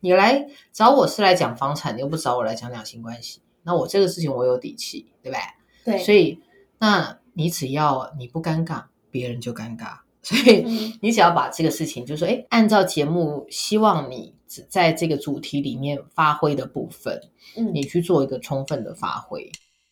你来找我是来讲房产，你又不找我来讲两性关系，那我这个事情我有底气，对不对？ 对， 所以那你只要你不尴尬，别人就尴尬。所以你只要把这个事情就是说，按照节目希望你在这个主题里面发挥的部分，你去做一个充分的发挥。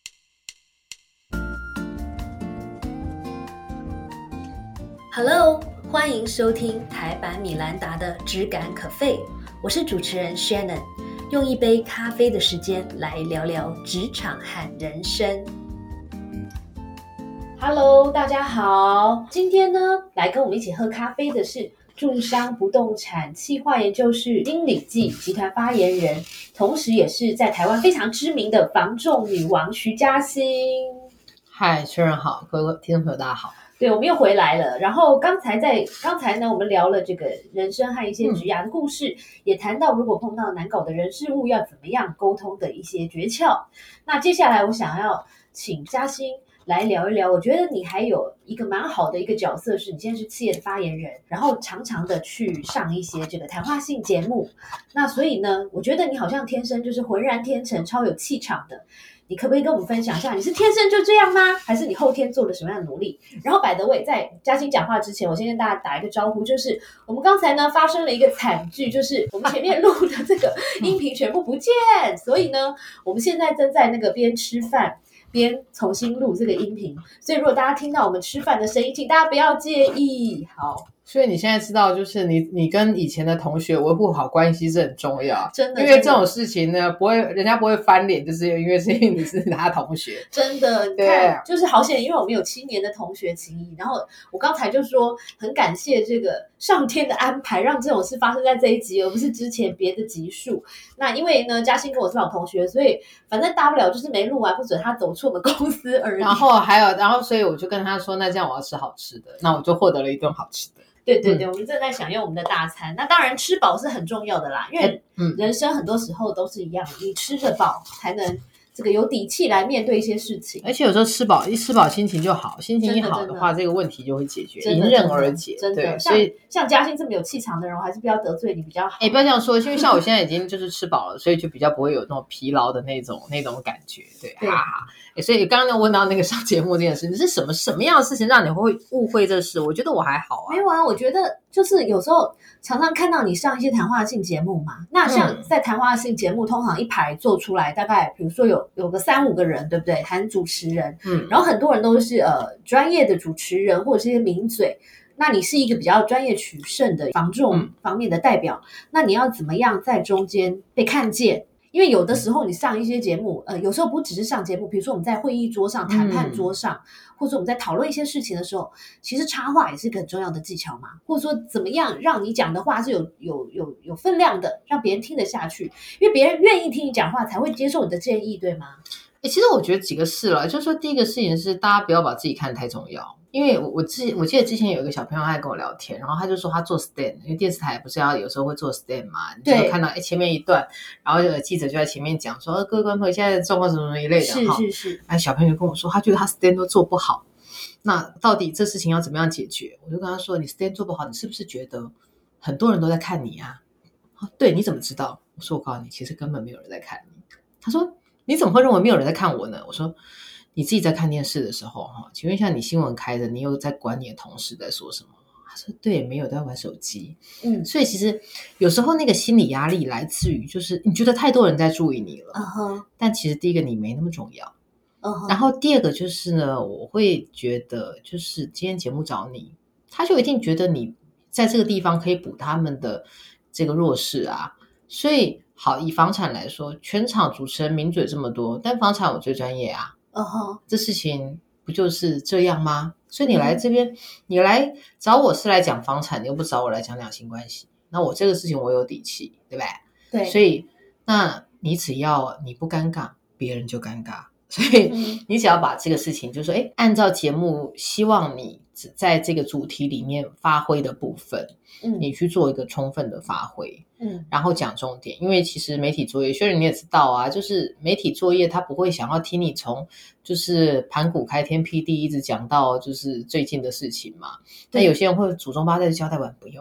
Hello， 欢迎收听台版米兰达的只感可废，我是主持人 Shannon， 用一杯咖啡的时间来聊聊职场和人生。Hello， 大家好，今天呢，来跟我们一起喝咖啡的是住商不动产企划研究室经理暨集团发言人，同时也是在台湾非常知名的房仲女王徐嘉欣。 嗨，确认好，各位听众朋友大家好。 对，我们又回来了。然后刚才呢，我们聊了这个人生和一些职涯的故事，也谈到如果碰到难搞的人事物要怎么样沟通的一些诀窍。那接下来我想要请嘉欣来聊一聊，我觉得你还有一个蛮好的一个角色，是你现在是企业的发言人，然后常常的去上一些这个谈话性节目。那所以呢，我觉得你好像天生就是浑然天成，超有气场的。你可不可以跟我们分享一下，你是天生就这样吗？还是你后天做了什么样的努力？然后by the way，在嘉欣讲话之前，我先跟大家打一个招呼，就是我们刚才呢发生了一个惨剧，就是我们前面录的这个音频全部不见，所以呢，我们现在正在那个边吃饭边重新录这个音频，所以如果大家听到我们吃饭的声音，请大家不要介意。好。 所以你现在知道，就是你跟以前的同学维护好关系是很重要， 真的， 因为这种事情呢，人家不会翻脸，就是因为你是他同学， 真的，你看，就是好险，因为我们有7年的同学情谊。然后我刚才就说，很感谢这个上天的安排，让这种事发生在这一集，而不是之前别的集数。那因为呢，嘉欣跟我是老同学，所以反正大不了就是没录完，不准他走出我们公司而已。 然后所以我就跟他说，那这样我要吃好吃的，那我就获得了一顿好吃的。 对对对，我们正在享用我们的大餐。那当然吃饱是很重要的啦，因为人生很多时候都是一样，你吃得饱才能这个有底气来面对一些事情。 而且有时候一吃饱心情就好，心情一好的话，这个问题就会解决，迎刃而解。 真的， 对，所以像嘉欣这么有气场的人，我还是不要得罪你比较好。 不要这样说，因为像我现在已经就是吃饱了，所以就比较不会有那种疲劳的那种感觉。对啊。所以刚刚问到那个上节目这件事，你是什么样的事情让你会误会这事？我觉得我还好啊。 没有啊，我觉得就是有时候常常看到你上一些谈话性节目嘛，那像在谈话性节目，通常一排做出来，大概比如说有个3-5个人，对不对？谈主持人，然后很多人都是专业的主持人或者是一些名嘴。那你是一个比较专业取胜的房仲方面的代表，那你要怎么样在中间被看见？因为有的时候你上一些节目，有时候不只是上节目，比如说我们在会议桌上、谈判桌上，或者我们在讨论一些事情的时候，其实插话也是一个很重要的技巧嘛。或者说怎么样让你讲的话是有分量的，让别人听得下去，因为别人愿意听你讲话，才会接受你的建议，对吗？ 其实我觉得几个事了，就是说第一个事情是大家不要把自己看得太重要，因为我记得之前有一个小朋友他在跟我聊天，然后他就说他做 stand， 因为电视台不是有时候会做 stand 嘛，你就会看到前面一段，然后记者就在前面讲说各位观众朋友现在的状况什么一类的， 是， 小朋友就跟我说他觉得他 stand 都做不好，那到底这事情要怎么样解决？我就跟他说你 stand 做不好，你是不是觉得很多人都在看你啊？对，你怎么知道？我说我告诉你，其实根本没有人在看你。他说你怎么会认为没有人在看我呢？我说你自己在看电视的时候，请问一下你新闻开着，你有在管你的同事在说什么？他说对，没有，都在玩手机。所以其实有时候那个心理压力来自于就是你觉得太多人在注意你了，但其实第一个你没那么重要，然后第二个就是呢，我会觉得就是今天节目找你，他就一定觉得你在这个地方可以补他们的这个弱势啊。所以好，以房产来说，全场主持人名嘴这么多，但房产我最专业啊。这事情不就是这样吗？所以你来这边，你来找我是来讲房产，你又不找我来讲两性关系，那我这个事情我有底气，对不对？ 对。 所以那你只要你不尴尬，别人就尴尬。所以你只要把这个事情就是说，按照节目希望你在这个主题里面发挥的部分，你去做一个充分的发挥，然后讲重点。因为其实媒体作业，虽然你也知道啊，就是媒体作业他不会想要听你从就是盘古开天辟地一直讲到就是最近的事情嘛。但有些人会祖宗八代的交代完不用，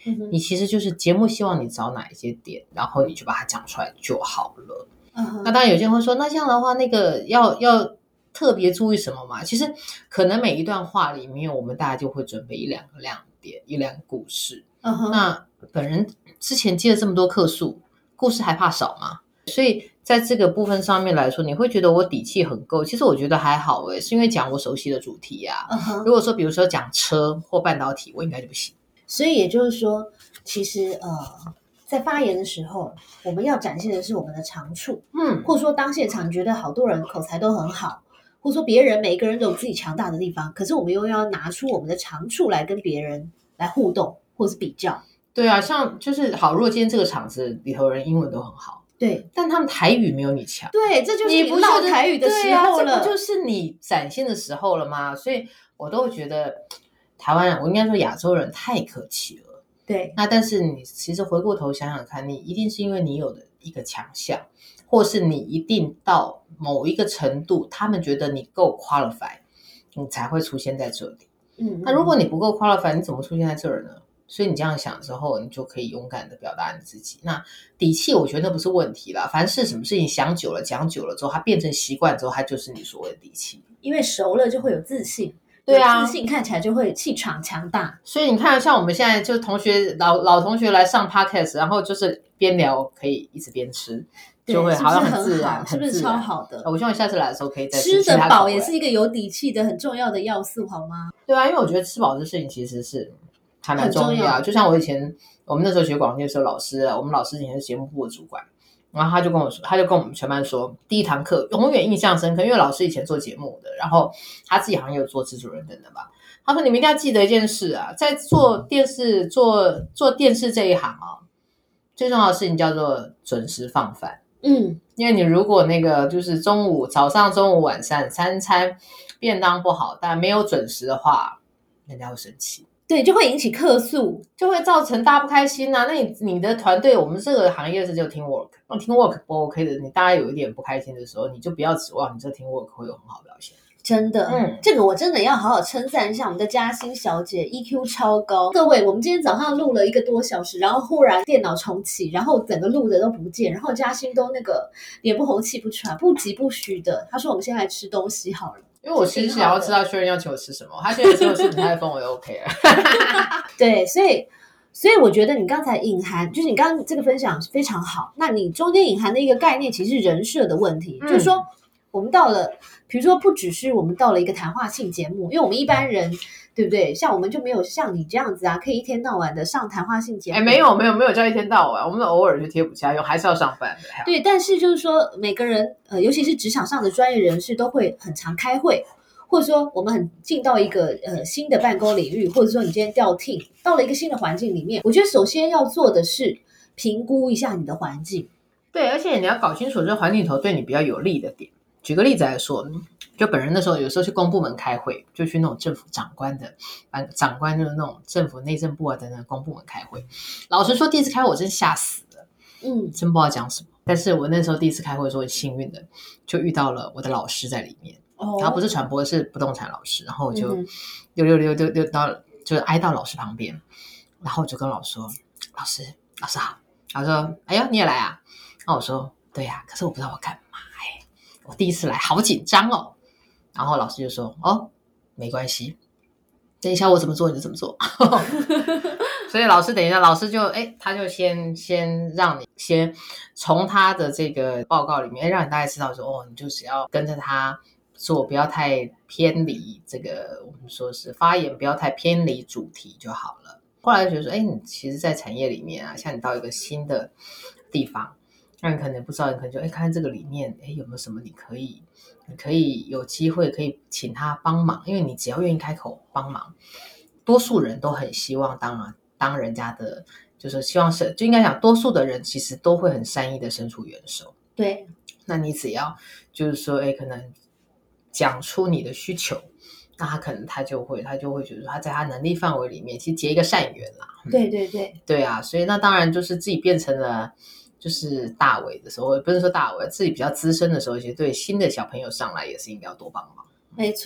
你其实就是节目希望你找哪一些点，然后你就把它讲出来就好了。那当然有些人会说，那这样的话那个要特别注意什么嘛？其实可能每一段话里面我们大家就会准备一两个亮点，一两个故事。那本人之前接了这么多客诉，故事还怕少吗？所以在这个部分上面来说，你会觉得我底气很够，其实我觉得还好诶，是因为讲我熟悉的主题啊。如果说比如说讲车或半导体，我应该就不行。 所以也就是说，其实在发言的时候，我们要展现的是我们的长处，或者说当现场觉得好多人口才都很好，或者说别人每一个人都有自己强大的地方，可是我们又要拿出我们的长处来跟别人来互动或是比较。 对啊，像就是好，如果今天这个场子里头人英文都很好， 对， 但他们台语没有你强， 对，这就是你不唠台语的时候了， 这不就是你展现的时候了吗？所以我都觉得台湾人，我应该说亚洲人太客气了。 对， 那但是你其实回过头想想看，你一定是因为你有的一个强项，或是你一定到某一个程度，他们觉得你够 qualify， 你才会出现在这里。那如果你不够 qualify， 你怎么出现在这儿呢？所以你这样想之后，你就可以勇敢的表达你自己。那底气，我觉得那不是问题啦。凡是什么事情想久了、讲久了之后，它变成习惯之后，它就是你所谓的底气。 因为熟了就会有自信， 对啊， 自信看起来就会气场强大。 所以你看，像我们现在就同学老同学来上 podcast， 然后就是边聊可以一直边吃，就会好像很自然， 是不是超好的？ 我希望下次来的时候可以再吃得饱也是一个有底气的很重要的要素，好吗？ 对啊，因为我觉得吃饱这事情其实是还蛮重要。就像我以前我们那时候学广电的时候，我们老师以前是节目部的主管，然后他就跟我说，他就跟我们全班说，第一堂课永远印象深刻，因为老师以前做节目的，然后他自己好像有做制作人等等吧。他说：“你们一定要记得一件事啊，在做电视这一行啊，最重要的事情叫做准时放饭。因为你如果那个就是早上、中午、晚上三餐便当不好，但没有准时的话，人家会生气。” 对，就会引起客诉， 就会造成大家不开心啊。那你的团队，我们这个行业是就 teamwork， 那 teamwork 不 OK 的，你大家有一点不开心的时候，你就不要指望你这 teamwork 会有很好的表现。 真的，这个我真的要好好称赞一下我们的嘉欣小姐 EQ 超高。各位，我们今天早上录了1个多小时，然后忽然电脑重启，然后整个录的都不见，然后嘉欣都那个脸不红气不喘，不疾不徐的。她说我们先来吃东西好了。 因为我其实想要知道确认要请我吃什么，他现在请我吃鼎泰丰我就 OK 了。 对，所以我觉得你刚才隐含，就是你刚刚这个分享非常好。那你中间隐含的一个概念，其实是人设的问题，就是说我们到了，比如说不只是我们到了一个谈话性节目，因为我们一般人，对不对？像我们就没有像你这样子啊，可以一天到晚的上谈话性节目。 没有叫一天到晚，我们偶尔去贴补家用，还是要上班的。 对，但是就是说每个人尤其是职场上的专业人士都会很常开会。或者说我们很进到一个新的办公领域，或者说你今天调 team 到了一个新的环境里面，我觉得首先要做的是评估一下你的环境。 对，而且你要搞清楚这个环境里头对你比较有利的点。举个例子来说，就本人那时候有时候去公部门开会，就去那种政府长官就是那种政府内政部啊等等公部门开会。老实说，第一次开会我真吓死了，真不知道讲什么。但是我那时候第一次开会的时候，很幸运的就遇到了我的老师在里面。然后不是传播，是不动产老师，然后我就溜到，就挨到老师旁边，然后我就跟老师说：“老师好。”他说：“哎呦，你也来啊？”然后我说：“对呀，可是我不知道我干嘛我第一次来，好紧张哦。”然后老师就说：“哦，没关系，等一下我怎么做你就怎么做。”所以老师等一下，老师就他就先让你先从他的这个报告里面，让你大概知道说，你就只要跟着他做，不要太偏离这个我们说是发言，不要太偏离主题就好了。后来就觉得说，你其实在产业里面啊，像你到一个新的地方，那你可能不知道，你可能就看看这个里面有没有什么你可以有机会可以请他帮忙，因为你只要愿意开口帮忙，多数人都很希望当人家的，就是希望是，就应该讲多数的人其实都会很善意的伸出援手。 对， 那你只要就是说可能讲出你的需求，那他就会觉得他在他能力范围里面其实结一个善缘啦。 对啊，所以那当然就是自己变成了就是大伟的时候，不是说大伟，自己比较资深的时候，其实对新的小朋友上来也是应该要多帮忙。 没错，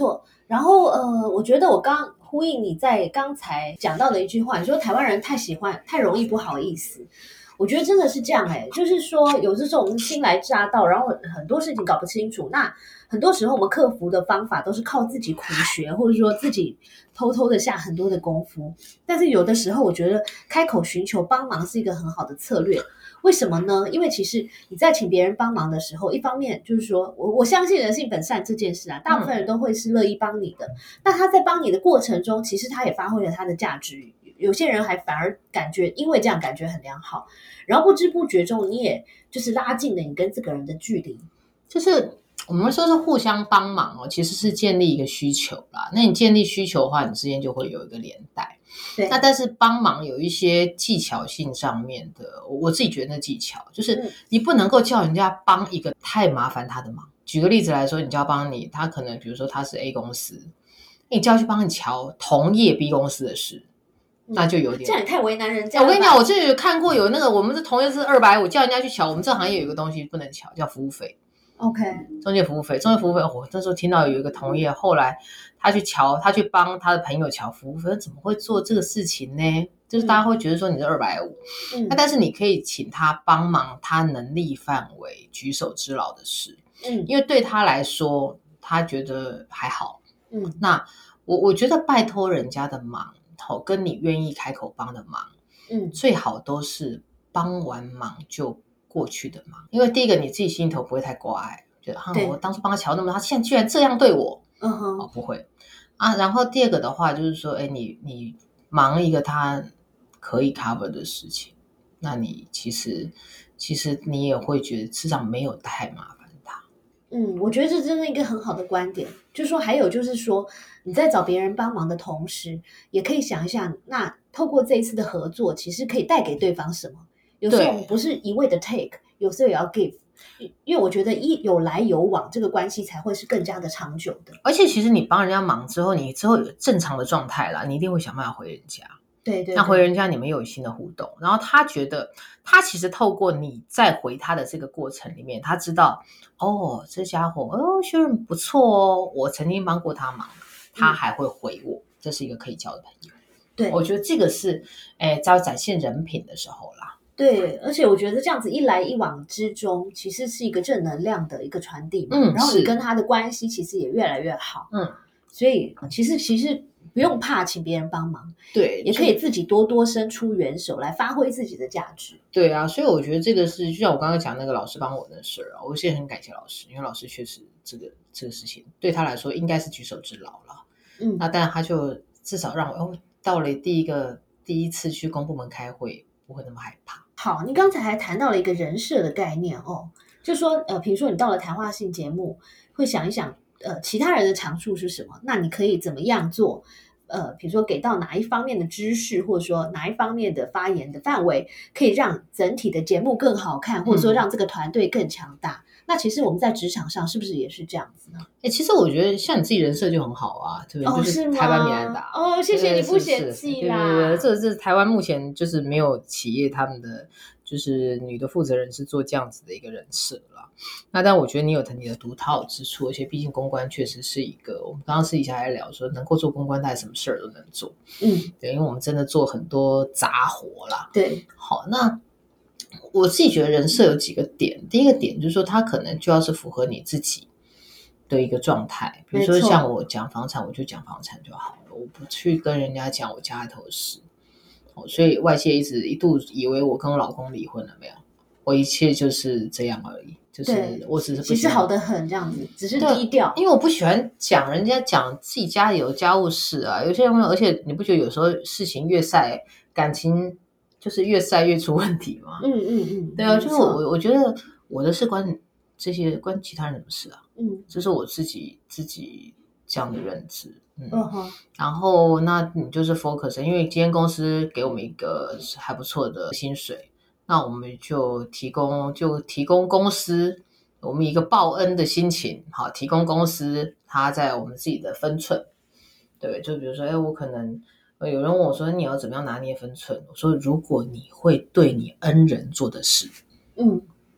然后我觉得我刚呼应你在刚才讲到的一句话，你说台湾人太容易不好意思。我觉得真的是这样就是说有的时候我们新来乍到，然后很多事情搞不清楚，那很多时候我们克服的方法都是靠自己苦学，或者说自己偷偷的下很多的功夫。但是有的时候我觉得开口寻求帮忙是一个很好的策略。为什么呢？因为其实你在请别人帮忙的时候，一方面就是说我相信人性本善这件事啊，大部分人都会是乐意帮你的。那他在帮你的过程中，其实他也发挥了他的价值。有些人还反而感觉因为这样感觉很良好，然后不知不觉中你也就是拉近了你跟这个人的距离。 就是我们说是互相帮忙其实是建立一个需求啦。那你建立需求的话，你之间就会有一个连带。 对， 那但是帮忙有一些技巧性上面的，我自己觉得那技巧就是你不能够叫人家帮一个太麻烦他的忙。举个例子来说，你叫帮你，他可能比如说他是 A 公司，你叫他去帮你瞧同业 B 公司的事，那就有点这样也太为难人家了。 我跟你讲，我之前有看过有那个我们的同业是250，叫人家去瞧，我们这行业有一个东西不能瞧，叫服务费。 OK， 中介服务费，我那时候听到有一个同业，后来他去帮他的朋友瞧服务费，怎么会做这个事情呢？就是大家会觉得说你是250，那但是你可以请他帮忙他能力范围举手之劳的事，因为对他来说他觉得还好，那我觉得拜托人家的忙，跟你愿意开口帮的忙，最好都是帮完忙就过去的忙。因为第一个你自己心头不会太挂碍，觉得我当初帮他瞧那么多，他现在居然这样对我，不会啊。然后第二个的话就是说，你忙一个他可以 cover 的事情，那你其实你也会觉得至少没有太麻烦他。 我觉得这真的一个很好的观点。就说还有就是说，你在找别人帮忙的同时，也可以想一想，那透过这一次的合作，其实可以带给对方什么？有时候我们不是一味的 take， 有时候也要 give。因为我觉得有来有往，这个关系才会是更加的长久的。 而且其实你帮人家忙之后，你之后有正常的状态啦，你一定会想办法回人家。 对， 那回人家你们又有新的互动，然后他觉得他其实透过你再回他的这个过程里面，他知道这家伙Sharon 不错我曾经帮过他忙，他还会回我，这是一个可以交的朋友。 对， 我觉得这个是在展现人品的时候啦。 对，而且我觉得这样子一来一往之中，其实是一个正能量的一个传递嘛。然后你跟他的关系其实也越来越好。所以其实不用怕请别人帮忙， 对， 也可以自己多多伸出援手来发挥自己的价值。 对啊，所以我觉得这个是就像我刚刚讲那个老师帮我的事我现在很感谢老师，因为老师确实这个事情对他来说应该是举手之劳了。那但他就至少让我到了第一次去公部门开会不会那么害怕。 好，你刚才还谈到了一个人设的概念就说比如说你到了谈话性节目，会想一想其他人的长处是什么，那你可以怎么样做？比如说给到哪一方面的知识，或者说哪一方面的发言的范围，可以让整体的节目更好看，或者说让这个团队更强大。那其实我们在职场上是不是也是这样子呢？ 其实我觉得像你自己人设就很好啊，对不对？就是台湾米兰达谢谢你不嫌弃啦。 对，这是台湾目前就是没有企业他们的就是女的负责人是做这样子的一个人设啦。那但我觉得你有你的独到之处，而且毕竟公关确实是一个，我们刚刚私底下在聊说，能够做公关，大概什么事儿都能做。对，因为我们真的做很多杂活啦。 对， 好，那我自己觉得人设有几个点，第一个点就是说，他可能就要是符合你自己的一个状态，比如说像我讲房产，我就讲房产就好了，我不去跟人家讲我家里头的事。所以外界一度以为我跟我老公离婚了没有，我一切就是这样而已，就是我只是不喜欢， 其实好得很这样子，只是低调。 因为我不喜欢讲人家讲自己家里有家务事啊，有些人，而且你不觉得有时候事情越晒，感情就是越晒越出问题吗？对啊，就是我觉得我的事关其他人什么事啊？这是我自己这样的认知。然后那你就是 focus， 因为今天公司给我们一个还不错的薪水，那我们就提供公司我们一个报恩的心情，好，提供公司它在我们自己的分寸。对，就比如说我可能有人问我说你要怎么样拿捏分寸，我说如果你会对你恩人做的事，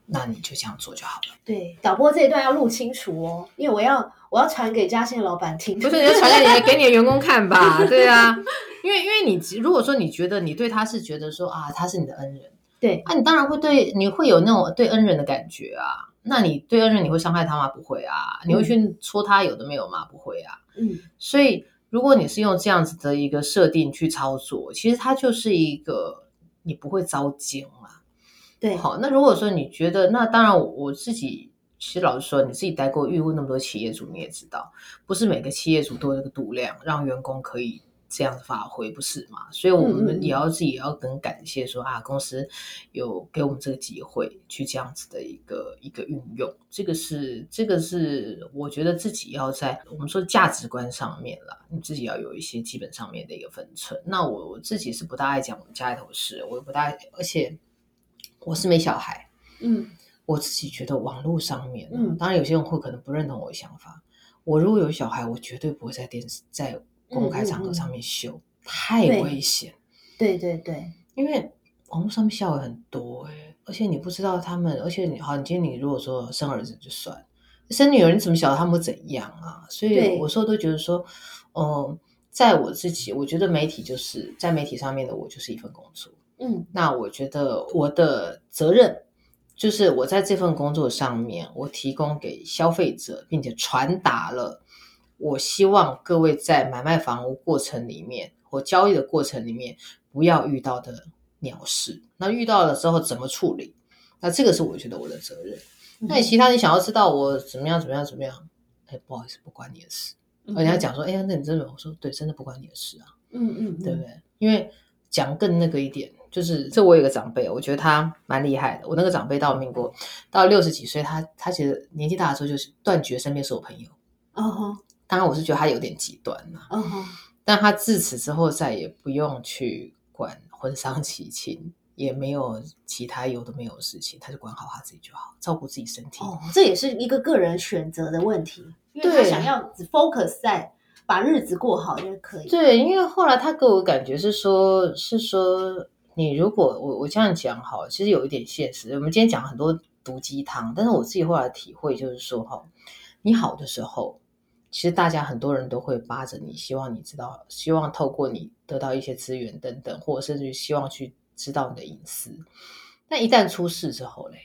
那你就这样做就好了。 对，导播这一段要录清楚哦，因为我要传给嘉信的老板听。 不是，你就传给你的员工看吧。对啊，因为你如果说你觉得你对他是觉得说啊，他是你的恩人， 对啊，你当然你会有那种对恩人的感觉啊。那你对恩人你会伤害他吗？不会啊。你会去戳他有的没有吗？不会啊。所以如果你是用这样子的一个设定去操作，其实它就是一个你不会遭奸啊。 对， 好，那如果说你觉得，那当然我自己其实老实说，你自己待过遇过那么多企业主，你也知道，不是每个企业主都有这个度量，让员工可以这样发挥，不是嘛？所以我们也要自己也要很感谢说啊，公司有给我们这个机会去这样子的一个运用，这个是我觉得自己要在我们说价值观上面啦，你自己要有一些基本上面的一个分寸。那我自己是不大爱讲我们家里头事，我也不大爱，而且我是没小孩，我自己觉得网络上面，当然有些人会可能不认同我的想法。我如果有小孩，我绝对不会在在公开场合上面秀，太危险。 对对对， 因为网络上面笑的很多而且你不知道他们，而且你今天你如果说生儿子就算，生女儿你怎么晓得他们会怎样啊？所以我说都觉得说，在我自己，我觉得媒体就是在媒体上面的我就是一份工作。那我觉得我的责任就是我在这份工作上面，我提供给消费者，并且传达了我希望各位在买卖房屋过程里面或交易的过程里面不要遇到的鸟事。那遇到了之后怎么处理？那这个是我觉得我的责任。那你其他你想要知道我怎么样，不好意思，不关你的事。人家讲说，那你真的，我说对，真的不关你的事啊。对不对？因为讲更那个一点，就是这我有个长辈，我觉得他蛮厉害的。我那个长辈到民国到60几岁，他其实年纪大的时候就是断绝身边所有朋友。当然我是觉得他有点极端啦。但他自此之后再也不用去管婚丧喜庆，也没有其他有的没有的事情，他就管好他自己就好，照顾自己身体。 这也是一个个人选择的问题，因为他想要只 focus 在把日子过好就可以。 对，因为后来他给我感觉是说你如果我这样讲好，其实有一点现实。我们今天讲很多毒鸡汤，但是我自己后来体会就是说你好的时候，其实大家很多人都会扒着你，希望你知道，希望透过你得到一些资源等等，或者甚至希望去知道你的隐私。但一旦出事之后嘞，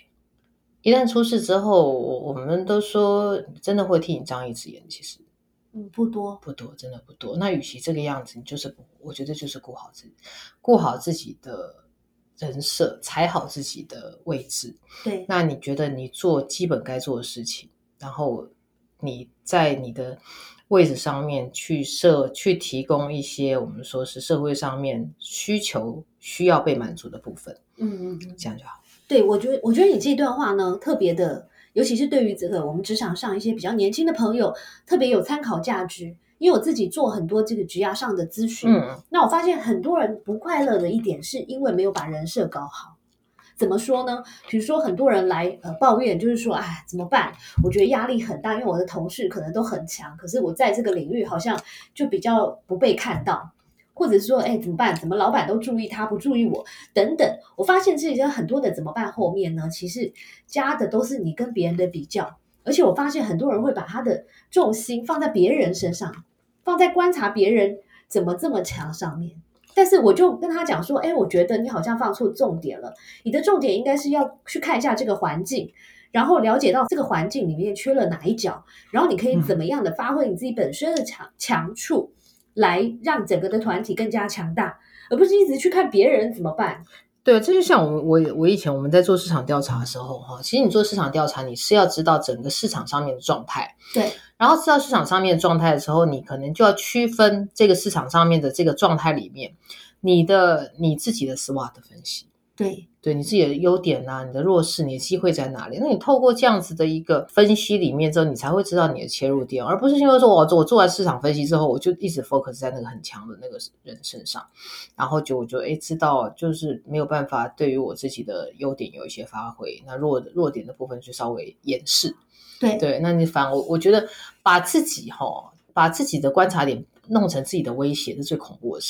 我们都说真的会替你张一只眼，其实不多， 真的不多。那与其这个样子，你就是我觉得就是顾好自己的人设，踩好自己的位置。 对， 那你觉得你做基本该做的事情，然后你在你的位置上面去提供一些我们说是社会上面需要被满足的部分。这样就好。 对，我觉得你这段话呢，特别的，尤其是对于这个我们职场上一些比较年轻的朋友，特别有参考价值。因为我自己做很多这个职涯上的咨询，那我发现很多人不快乐的一点，是因为没有把人设搞好。怎么说呢？比如说很多人来抱怨，就是说，怎么办？我觉得压力很大，因为我的同事可能都很强，可是我在这个领域好像就比较不被看到。或者是说，怎么办？怎么老板都注意他，不注意我？等等，我发现这些很多的怎么办后面呢，其实加的都是你跟别人的比较，而且我发现很多人会把他的重心放在别人身上，放在观察别人怎么这么强上面。但是我就跟他讲说，我觉得你好像放错重点了，你的重点应该是要去看一下这个环境，然后了解到这个环境里面缺了哪一角，然后你可以怎么样的发挥你自己本身的强处，来让整个的团体更加强大，而不是一直去看别人怎么办。 对，这就像我以前我们在做市场调查的时候其实你做市场调查，你是要知道整个市场上面的状态。 对， 然后知道市场上面的状态的时候，你可能就要区分这个市场上面的这个状态里面，你自己的 SWOT 的分析。对你自己的优点啊，你的弱势，你的机会在哪里？那你透过这样子的一个分析里面之后，你才会知道你的切入点，而不是因为说我做完市场分析之后，我就一直 focus 在那个很强的那个人身上，然后我就知道就是没有办法对于我自己的优点有一些发挥，那弱点的部分就稍微掩饰。对，那你我觉得把自己的观察点弄成自己的威胁是最恐怖的事。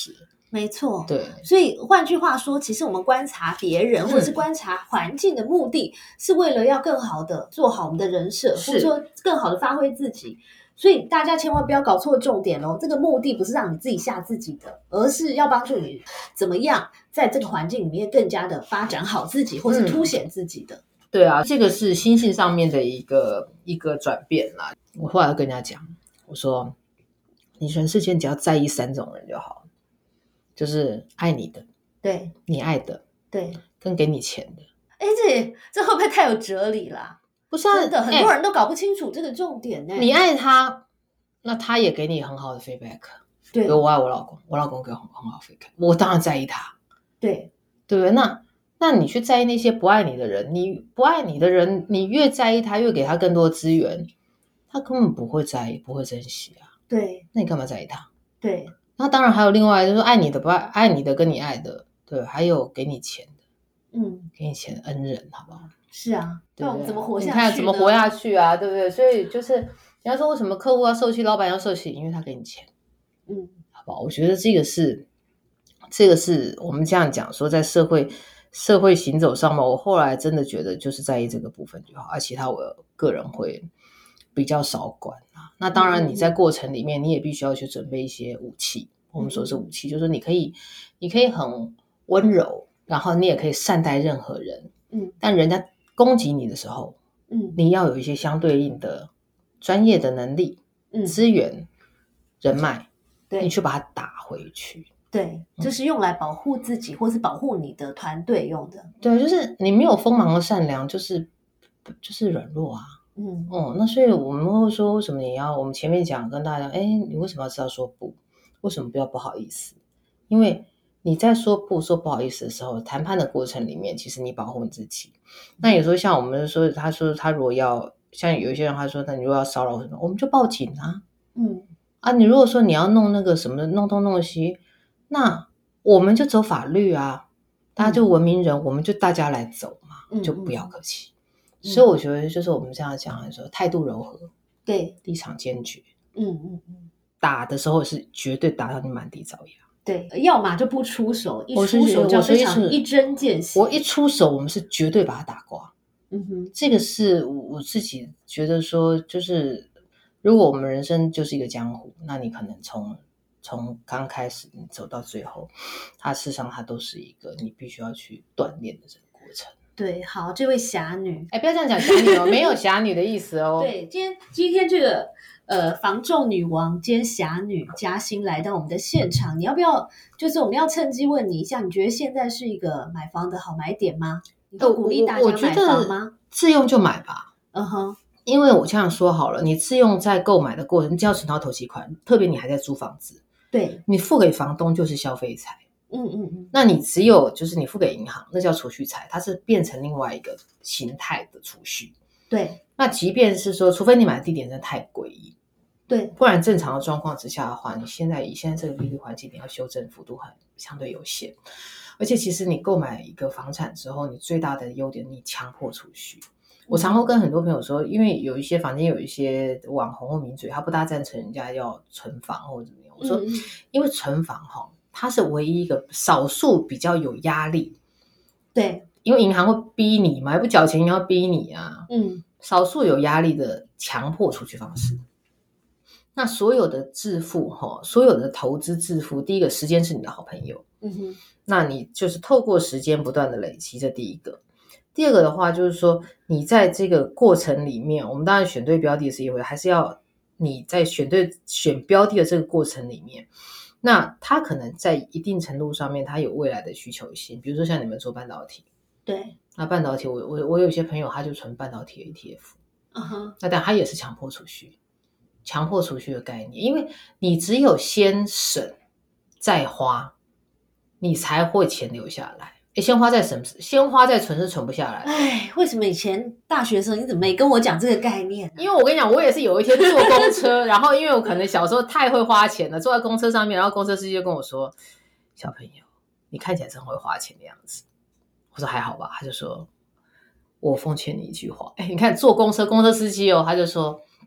没错。 对， 所以换句话说，其实我们观察别人或者是观察环境的目的，是为了要更好的做好我们的人设，或者说更好的发挥自己。所以大家千万不要搞错重点哦，这个目的不是让你自己吓自己的，而是要帮助你怎么样在这个环境里面更加的发展好自己，或是凸显自己的。 对啊，这个是心性上面的一个转变啦。我后来跟人家讲，我说你人世间只要在意3种人就好，就是爱你的， 对， 你爱的， 对， 跟给你钱的。 这会不会太有哲理啦？ 不是啊， 真的很多人都搞不清楚这个重点呢。 你爱他，那他也给你很好的 feedback。 对， 比如我爱我老公，我老公给我很好的 feedback，我当然在意他。 对， 对不对？那你去在意那些不爱你的人，你不爱你的人，你越在意他，越给他更多资源，他根本不会在意，不会珍惜啊。 对， 那你干嘛在意他？ 对， 那当然还有另外就是爱你的不爱你的跟你爱的，对，还有给你钱的，给你钱的恩人，好不好？ 是啊，那我们怎么活下去？ 你看怎么活下去啊？对不对？所以就是人家说为什么客户要受气，老板要受气，因为他给你钱，好不好？我觉得这个是我们这样讲说，在社会行走上嘛，我后来真的觉得就是在意这个部分就好，而其他我个人会比较少管啊。那当然你在过程里面你也必须要去准备一些武器，我们说是武器，就是说你可以很温柔，然后你也可以善待任何人，但人家攻击你的时候，你要有一些相对应的专业的能力、资源、人脉，你去把它打回去。 对，就是用来保护自己，或是保护你的团队用的。 对，就是你没有锋芒的善良，就是软弱啊。那所以我们会说，为什么我们前面讲跟大家讲，你为什么要知道说不？为什么不要不好意思？因为你在说不好意思的时候，谈判的过程里面，其实你保护你自己。那有时候像我们说，他说他如果要像有一些人，他说那你如果要骚扰什么，我们就报警啊。你如果说你要弄那个什么弄东弄西，那我们就走法律啊，大家就文明人，我们就大家来走嘛，就不要客气。所以我觉得就是我们这样讲的时候，态度柔和， 对， 立场坚决，打的时候是绝对打到你满地找牙。 对，要么就不出手，一出手就非常一针见血。 我一出手，我们是绝对把它打挂。这个是我自己觉得说，就是如果我们人生就是一个江湖，那你可能从刚开始你走到最后，它事实上它都是一个你必须要去锻炼的这个过程。 对，好，这位侠女， 不要这样讲侠女哦，没有侠女的意思哦。 对，今天这个房仲女王兼侠女嘉欣来到我们的现场，你要不要？就是我们要趁机问你一下，你觉得现在是一个买房的好买点吗？你都鼓励大家买房吗？ 自用就买吧。因为我这样说好了，你自用在购买的过程，你只要存到头期款，特别你还在租房子， 对， 你付给房东就是消费财。那你只有就是你付给银行，那叫储蓄财，它是变成另外一个形态的储蓄。 对， 那即便是说，除非你买的地点真的太诡异， 对， 不然正常的状况之下的话，你现在这个利率环境，你要修正幅度相对有限。而且其实你购买一个房产之后，你最大的优点，你强迫储蓄。我常会跟很多朋友说，因为有一些房间有一些网红或名嘴，他不大赞成人家要存房或者怎么样。我说，因为存房它是唯一一个少数比较有压力。 对， 因为银行会逼你嘛，不缴钱银行会逼你啊。少数有压力的强迫储蓄方式。那所有的致富所有的投资致富，第一个时间是你的好朋友。那你就是透过时间不断的累积，这第一个。第二个的话就是说，你在这个过程里面，我们当然选对标的是一回，还是要你在选标的的这个过程里面，那它可能在一定程度上面它有未来的需求性。比如说像你们做半导体， 对， 那半导体我有些朋友他就存半导体的 ETF，那但他也是强迫储蓄的概念，因为你只有先省再花，你才会钱留下来。先花再省，先花再存是存不下来。 为什么以前大学生你怎么没跟我讲这个概念因为我跟你讲，我也是有一天坐公车，然后因为我可能小时候太会花钱了，坐在公车上面，然后公车司机就跟我说：“小朋友，你看起来是很会花钱的样子。”我说还好吧，他就说：“我奉劝你一句话。”你看坐公车司机他就说：“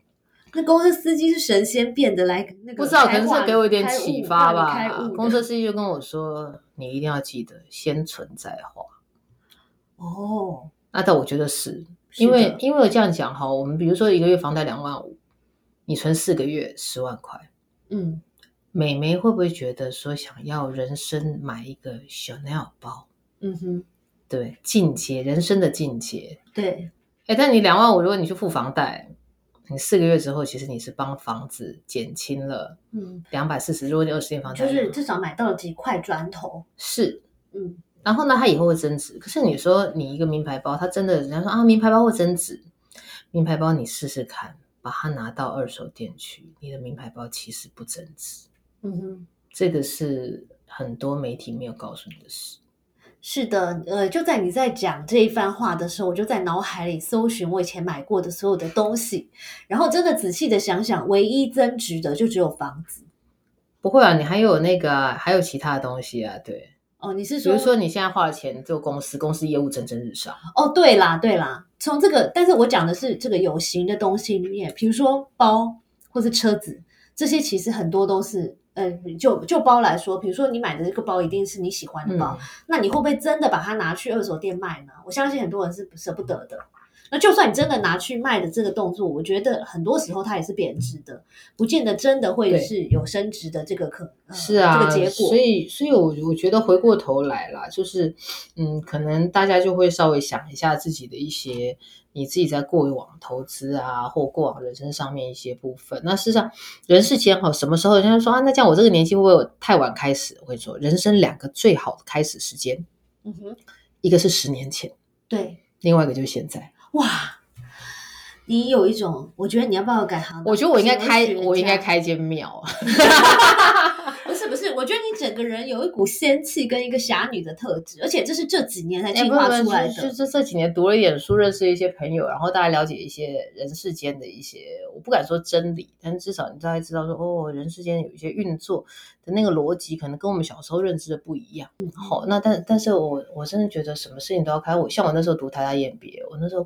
那公车司机是神仙变的来那个， 不知道，可能是给我一点启发吧。公车司司机就跟我说，你一定要记得先存再花。 哦， 但我觉得是因为我这样讲哈，我们比如说一个月房贷25000，你存4个月10万块，美眉会不会觉得说想要人生买一个 Chanel 包？对，进阶，人生的进阶。 对， 但你25000，如果你去付房贷，你4个月之后，其实你是帮房子减轻了240，如果你20年房贷， 就是至少买到了几块砖头。 是，然后呢，它以后会增值。可是你说你一个名牌包，它真的人家说啊，名牌包会增值，名牌包你试试看，把它拿到二手店去，你的名牌包其实不增值。这个是很多媒体没有告诉你的事。 是的，就在你在讲这一番话的时候，我就在脑海里搜寻我以前买过的所有的东西，然后真的仔细的想想，唯一增值的就只有房子。 不会啊，你还有还有其他的东西啊，对。 你是说， 比如说你现在花了钱做公司业务蒸蒸日上。 对啦，从这个，但是我讲的是这个有形的东西里面，比如说包或是车子，这些其实很多都是。就包来说，比如说你买的这个包一定是你喜欢的包，那你会不会真的把它拿去二手店卖呢？我相信很多人是舍不得的。那就算你真的拿去卖的这个动作，我觉得很多时候它也是贬值的，不见得真的会是有升值的这个是啊， 这个结果。 所以我觉得回过头来啦，就是可能大家就会稍微想一下自己的一些你自己在过往投资啊，或过往人生上面一些部分。那事实上，人世间什么时候人家说那这样我这个年纪会不会太晚开始？我会说，人生2个最好的开始时间，一个是10年前， 对， 另外一个就是现在。 哇，你有一种，我觉得你要不要改行？ 我觉得我应该开间庙。 不是，我觉得你整个人有一股仙气跟一个侠女的特质，而且这是这几年才进化出来的。 就这几年读了一点书，认识一些朋友，然后大家了解一些人世间的一些，我不敢说真理，但至少你大概知道说，人世间有一些运作的那个逻辑，可能跟我们小时候认知的不一样。那但是我真的觉得什么事情都要开。像我那时候读台大EMBA，我那时候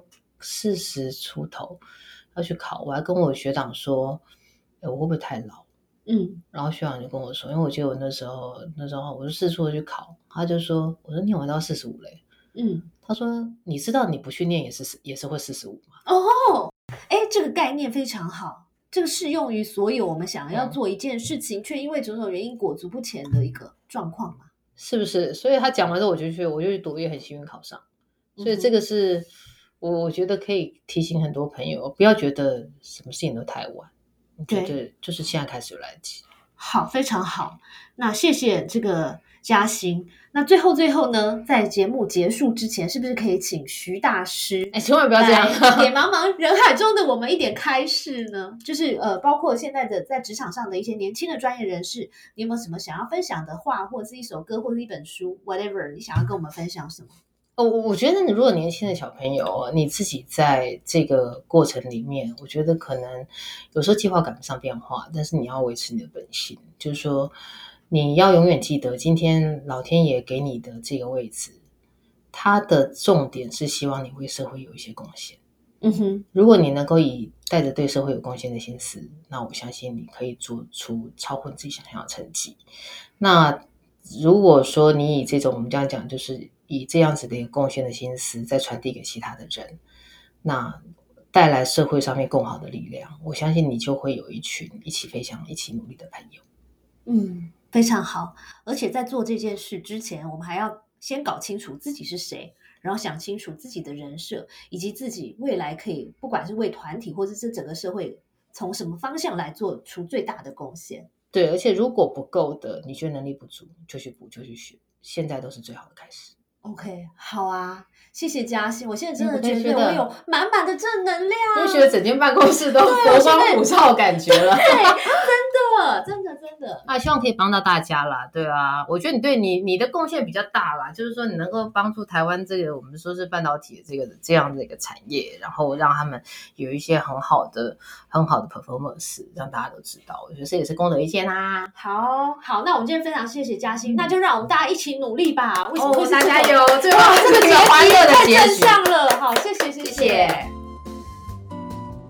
40出头要去考，我还跟我学长说，我会不会太老？然后学长就跟我说，因为我记得我那时候我就4出头去考，他就说，我说念完到45嘞，他说你知道你不去念也是会45吗？ 这个概念非常好，这个适用于所有我们想要做一件事情，却因为种种原因裹足不前的一个状况嘛， 是不是？所以他讲完之后，我就去读，也很幸运考上。所以这个是我觉得可以提醒很多朋友，不要觉得什么事情都太晚。我觉得就是现在开始有来得及。 好，非常好。那谢谢这个嘉欣。那最后呢，在节目结束之前，是不是可以请徐大师千万不要这样， 给茫茫人海中的我们一点开示呢？就是包括现在的在职场上的一些年轻的专业人士，你有没有什么想要分享的话，或者是一首歌，或者一本书 ，whatever， 你想要跟我们分享什么？ 我觉得你如果年轻的小朋友，你自己在这个过程里面，我觉得可能有时候计划赶不上变化，但是你要维持你的本性，就是说你要永远记得今天老天爷给你的这个位置，它的重点是希望你为社会有一些贡献。如果你能够带着对社会有贡献的心思，那我相信你可以做出超乎你自己想象的成绩。那如果说你以这种我们这样讲，就是以这样子的一个贡献的心思再传递给其他的人，那带来社会上面更好的力量，我相信你就会有一群一起飞翔一起努力的朋友。 非常好。而且在做这件事之前，我们还要先搞清楚自己是谁，然后想清楚自己的人设，以及自己未来可以不管是为团体或者是整个社会从什么方向来做出最大的贡献。 对，而且如果不够的，你觉得能力不足，就去补，就去学，现在都是最好的开始。 OK， 好啊，谢谢嘉欣，我现在真的觉得我有满满的正能量， 就觉得整间办公室都佛光普照的感觉了。 对，真的希望可以帮到大家啦。对啊，我觉得你的贡献比较大啦，就是说你能够帮助台湾这个我们说是半导体的这样的一个产业，然后让他们有一些很好的 performance， 让大家都知道，我觉得这也是功德一件啊。 好，那我们今天非常谢谢嘉欣，那就让我们大家一起努力吧。为什么会是大家有最后这个欢乐的结局太正向了。好，谢谢。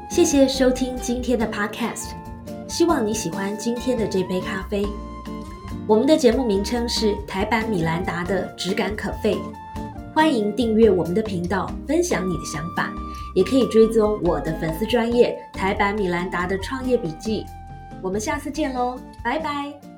谢谢收听今天的 Podcast， 希望你喜欢今天的这杯咖啡。我们的节目名称是台版米兰达的质感可废，欢迎订阅我们的频道，分享你的想法，也可以追踪我的粉丝专页台版米兰达的创业笔记。我们下次见喽，拜拜。